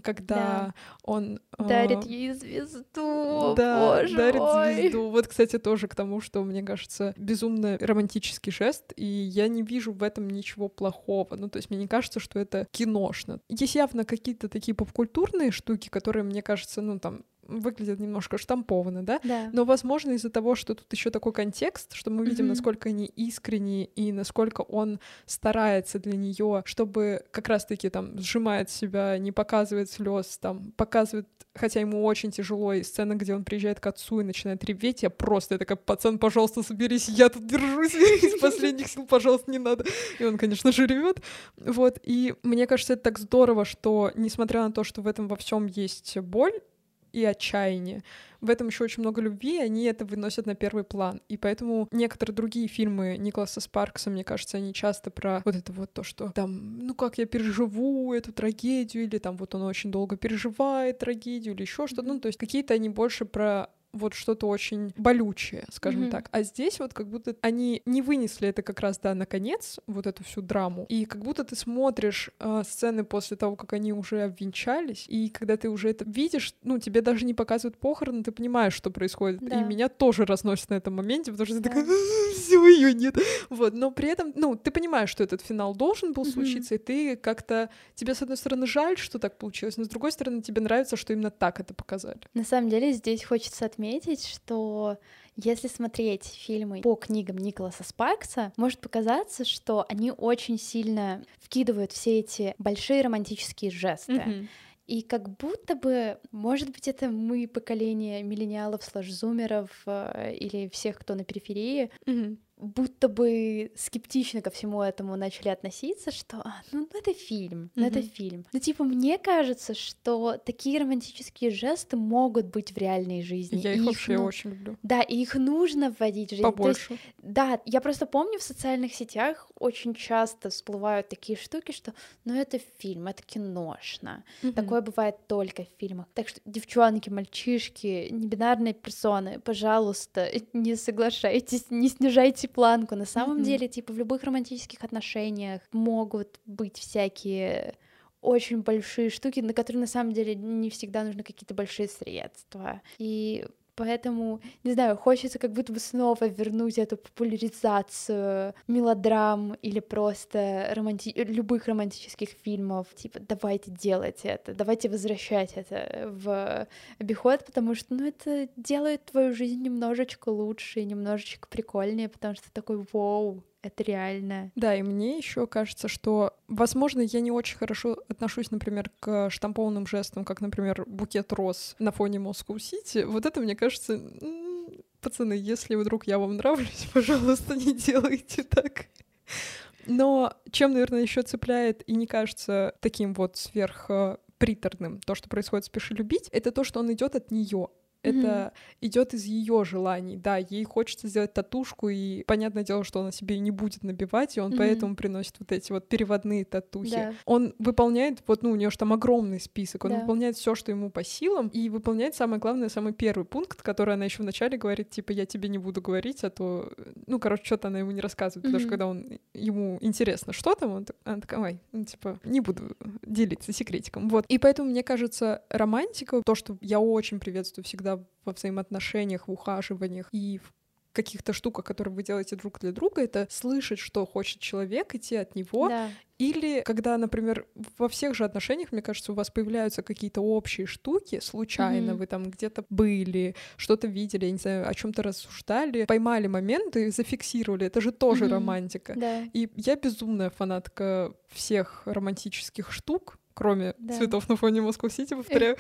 когда он... дарит ей звезду, да, боже дарит мой. звезду. Вот, кстати, тоже к тому, что, мне кажется, безумно романтический жест, и я не вижу в этом ничего плохого. Ну, то есть мне не кажется, что это киношно. Есть явно какие-то такие попкультурные штуки, которые, мне кажется, ну, там, выглядят немножко штампованно, да? Но, возможно, из-за того, что тут еще такой контекст, что мы видим, насколько они искренние и насколько он старается для нее, чтобы как раз-таки там сжимает себя, не показывает слез, там показывает, хотя ему очень тяжело, и сцена, где он приезжает к отцу и начинает реветь, я такая: пацан, пожалуйста, соберись, я тут держусь из последних сил, пожалуйста, не надо. И он, конечно же, ревет. Вот, и мне кажется, это так здорово, что, несмотря на то, что в этом во всем есть боль и отчаяние, в этом еще очень много любви, и они это выносят на первый план. И поэтому некоторые другие фильмы Николаса Спаркса, мне кажется, они часто про вот это вот то, что там, ну как я переживу эту трагедию, или там вот он очень долго переживает трагедию, или еще что-то. Ну, то есть какие-то они больше про вот что-то очень болючее, скажем так. А здесь вот как будто они не вынесли это как раз, да, наконец, вот эту всю драму. И как будто ты смотришь сцены после того, как они уже обвенчались, и когда ты уже это видишь, ну, тебе даже не показывают похороны, ты понимаешь, что происходит. И меня тоже разносит на этом моменте, потому что ты такая: всё, её нет. Вот, но при этом, ну, ты понимаешь, что этот финал должен был случиться, и ты как-то... Тебе, с одной стороны, жаль, что так получилось, но с другой стороны, тебе нравится, что именно так это показали. На самом деле, здесь хочется отметить, что если смотреть фильмы по книгам Николаса Спаркса, может показаться, что они очень сильно вкидывают все эти большие романтические жесты. И как будто бы, может быть, это мы, поколение миллениалов, слэш-зумеров или всех, кто на периферии, будто бы скептично ко всему этому начали относиться, что ну это фильм, это фильм. Но типа мне кажется, что такие романтические жесты могут быть в реальной жизни. Я их вообще очень люблю. Да, и их нужно вводить в жизнь. Побольше. То есть, да, я просто помню, в социальных сетях очень часто всплывают такие штуки, что ну это фильм, это киношно. Такое бывает только в фильмах. Так что, девчонки, мальчишки, небинарные персоны, пожалуйста, не соглашайтесь, не снижайте планку. На самом деле, типа, в любых романтических отношениях могут быть всякие очень большие штуки, на которые на самом деле не всегда нужны какие-то большие средства. И поэтому, не знаю, хочется как будто бы снова вернуть эту популяризацию мелодрам или просто любых романтических фильмов. Типа, давайте делать это, давайте возвращать это в обиход, потому что, ну, это делает твою жизнь немножечко лучше и немножечко прикольнее, потому что такой: вау, это реально. Да, и мне еще кажется, что, возможно, я не очень хорошо отношусь, например, к штампованным жестам, как, например, букет роз на фоне Москва-Сити. Вот это, мне кажется, пацаны, если вдруг я вам нравлюсь, пожалуйста, не делайте так. Но чем, наверное, еще цепляет и не кажется таким вот сверхприторным то, что происходит в «Спеши любить», это то, что он идет от нее. Это идет из ее желаний. Да, ей хочется сделать татушку, и понятное дело, что она себе не будет набивать, и он поэтому приносит вот эти вот переводные татухи. Да. Он выполняет, вот, ну, у нее же там огромный список, он выполняет все, что ему по силам, и выполняет самое главное, самый первый пункт, который она еще вначале говорит, типа: я тебе не буду говорить, а то, ну, короче, что-то она ему не рассказывает, потому что когда ему интересно, что там, она такая: ой, ну, типа, не буду делиться секретиком. Вот. И поэтому, мне кажется, романтика, то, что я очень приветствую всегда во взаимоотношениях, в ухаживаниях и в каких-то штуках, которые вы делаете друг для друга, это слышать, что хочет человек, идти от него. Да. Или когда, например, во всех же отношениях, мне кажется, у вас появляются какие-то общие штуки, случайно вы там где-то были, что-то видели, я не знаю, о чем-то рассуждали, поймали моменты, зафиксировали. Это же тоже романтика. Да. И я безумная фанатка всех романтических штук, кроме цветов на фоне Москва-Сити, повторяю.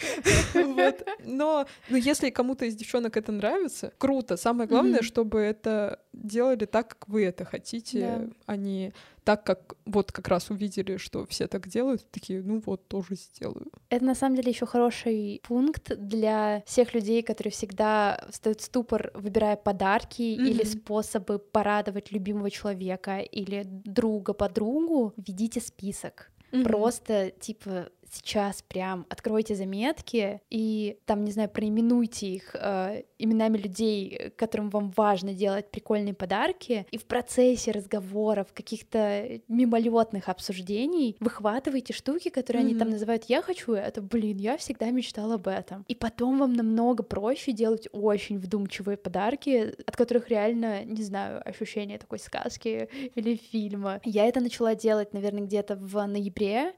Но если кому-то из девчонок это нравится, круто. Самое главное, чтобы это делали так, как вы это хотите, а не так, как вот как раз увидели, что все так делают, такие, ну вот, тоже сделаю. Это на самом деле еще хороший пункт для всех людей, которые всегда встают в ступор, выбирая подарки или способы порадовать любимого человека или друга подругу. Ведите список. Просто, типа, сейчас прям откройте заметки и там, не знаю, проименуйте их именами людей, которым вам важно делать прикольные подарки, и в процессе разговоров, каких-то мимолетных обсуждений выхватывайте штуки, которые они там называют «я хочу это», блин, я всегда мечтала об этом. И потом вам намного проще делать очень вдумчивые подарки, от которых реально, не знаю, ощущение такой сказки или фильма. Я это начала делать, наверное, где-то в ноябре,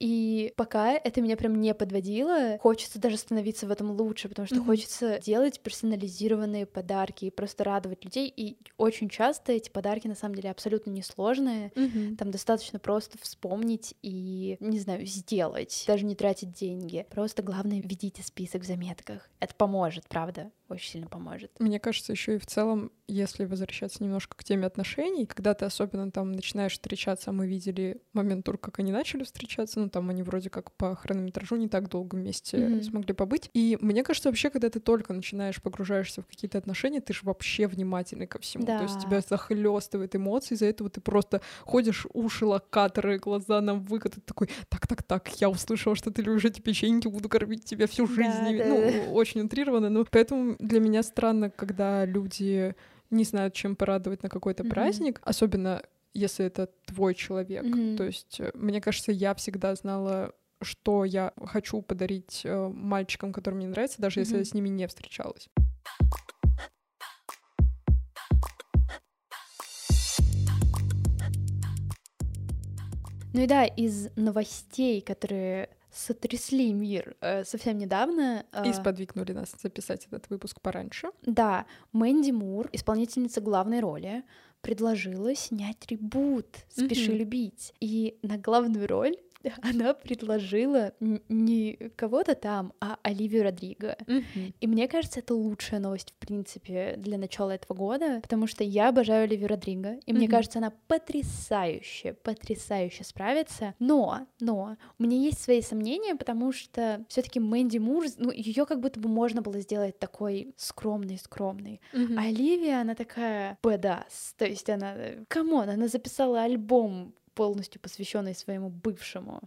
и пока это меня прям не подводило. Хочется даже становиться в этом лучше, потому что хочется делать персонализированные подарки и просто радовать людей. И очень часто эти подарки на самом деле абсолютно несложные. Там достаточно просто вспомнить и, не знаю, сделать. Даже не тратить деньги. Просто главное, ведите список в заметках. Это поможет, правда? Очень сильно поможет. Мне кажется, еще и в целом, если возвращаться немножко к теме отношений, когда ты особенно там начинаешь встречаться, а мы видели момент только, как они начали встречаться, ну там они вроде как по хронометражу не так долго вместе смогли побыть. И мне кажется, вообще, когда ты только начинаешь, погружаешься в какие-то отношения, ты же вообще внимательный ко всему. То есть тебя захлестывает эмоции, из-за этого ты просто ходишь, уши локаторы, глаза на выкат, и такой, так, я услышала, что ты любишь эти печеньки, буду кормить тебя всю жизнь. Ну, очень утрированно, но поэтому для меня странно, когда люди не знают, чем порадовать на какой-то праздник, особенно если это твой человек. То есть, мне кажется, я всегда знала, что я хочу подарить мальчикам, которым мне нравится, даже если я с ними не встречалась. Ну и да, из новостей, которые сотрясли мир совсем недавно. И сподвигнули нас записать этот выпуск пораньше. Да, Мэнди Мур, исполнительница главной роли, предложила снять ребут «Спеши любить». И на главную роль она предложила не кого-то там, а Оливию Родриго. И мне кажется, это лучшая новость, в принципе, для начала этого года, потому что я обожаю Оливию Родриго, и мне кажется, она потрясающе справится. Но у меня есть свои сомнения, потому что все-таки Мэнди Мур, ну, ее как будто бы можно было сделать такой скромной. А Оливия, она такая badass, то есть она, камон, она записала альбом, полностью посвященный своему бывшему.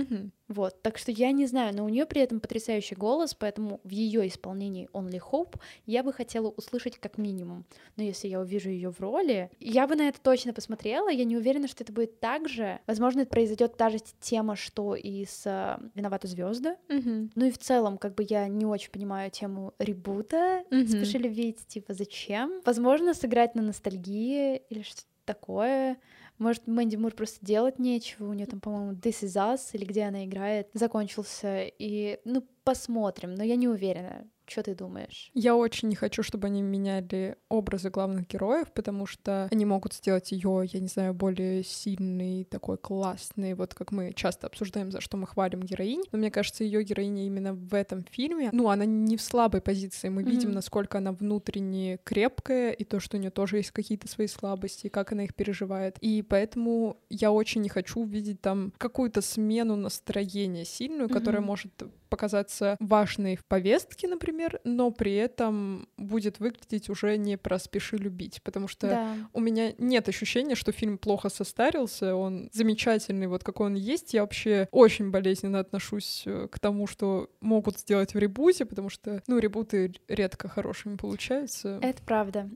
Вот, так что я не знаю, но у нее при этом потрясающий голос, поэтому в ее исполнении Only Hope я бы хотела услышать как минимум. Но если я увижу ее в роли, я бы на это точно посмотрела. Я не уверена, что это будет так же. Возможно, это произойдет та же тема, что и с «Виноваты звезды». Ну и в целом, как бы я не очень понимаю тему ребута. «Спеши любить», типа, зачем? Возможно, сыграть на ностальгии или что-то такое. Может, Мэнди Мур просто делать нечего, у нее там, по-моему, This Is Us, или где она играет, закончился, и, ну, посмотрим, но я не уверена. Что ты думаешь? Я очень не хочу, чтобы они меняли образы главных героев, потому что они могут сделать ее, я не знаю, более сильной, такой классной, вот как мы часто обсуждаем, за что мы хвалим героинь. Но мне кажется, ее героиня именно в этом фильме, ну, она не в слабой позиции. Мы видим, насколько она внутренне крепкая, и то, что у нее тоже есть какие-то свои слабости, и как она их переживает. И поэтому я очень не хочу видеть там какую-то смену настроения сильную, которая может показаться важной в повестке, например, но при этом будет выглядеть уже не про «Спеши любить», потому что у меня нет ощущения, что фильм плохо состарился, он замечательный, вот какой он есть. Я вообще очень болезненно отношусь к тому, что могут сделать в ребуте, потому что, ну, ребуты редко хорошими получаются. Это правда.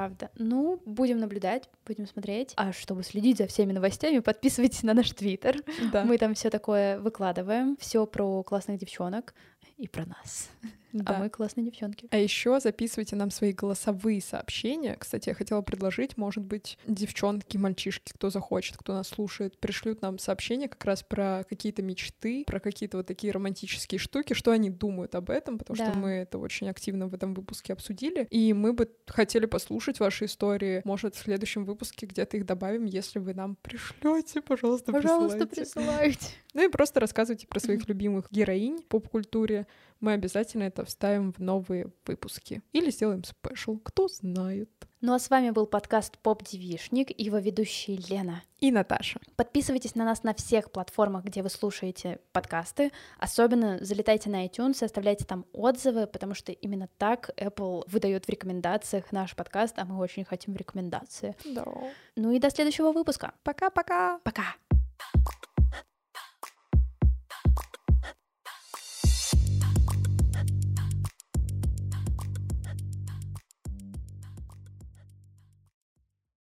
Ну, будем наблюдать, будем смотреть. А чтобы следить за всеми новостями, подписывайтесь на наш Твиттер. Мы там все такое выкладываем, все про классных девчонок и про нас. Да. А мы классные девчонки. А еще записывайте нам свои голосовые сообщения. Кстати, я хотела предложить, может быть, девчонки, мальчишки, кто захочет, кто нас слушает, пришлют нам сообщения как раз про какие-то мечты, про какие-то вот такие романтические штуки, что они думают об этом, потому что мы это очень активно в этом выпуске обсудили. И мы бы хотели послушать ваши истории. Может, в следующем выпуске где-то их добавим, если вы нам пришлете, пожалуйста, присылайте. Ну и просто рассказывайте про своих любимых героинь в поп-культуре. Мы обязательно это вставим в новые выпуски. Или сделаем спешл, кто знает. Ну а с вами был подкаст «Поп-девишник» и его ведущие Лена и Наташа. Подписывайтесь на нас на всех платформах, где вы слушаете подкасты. Особенно залетайте на iTunes и оставляйте там отзывы, потому что именно так Apple выдает в рекомендациях наш подкаст, а мы очень хотим в рекомендации. Да. Ну и до следующего выпуска. Пока-пока. Пока.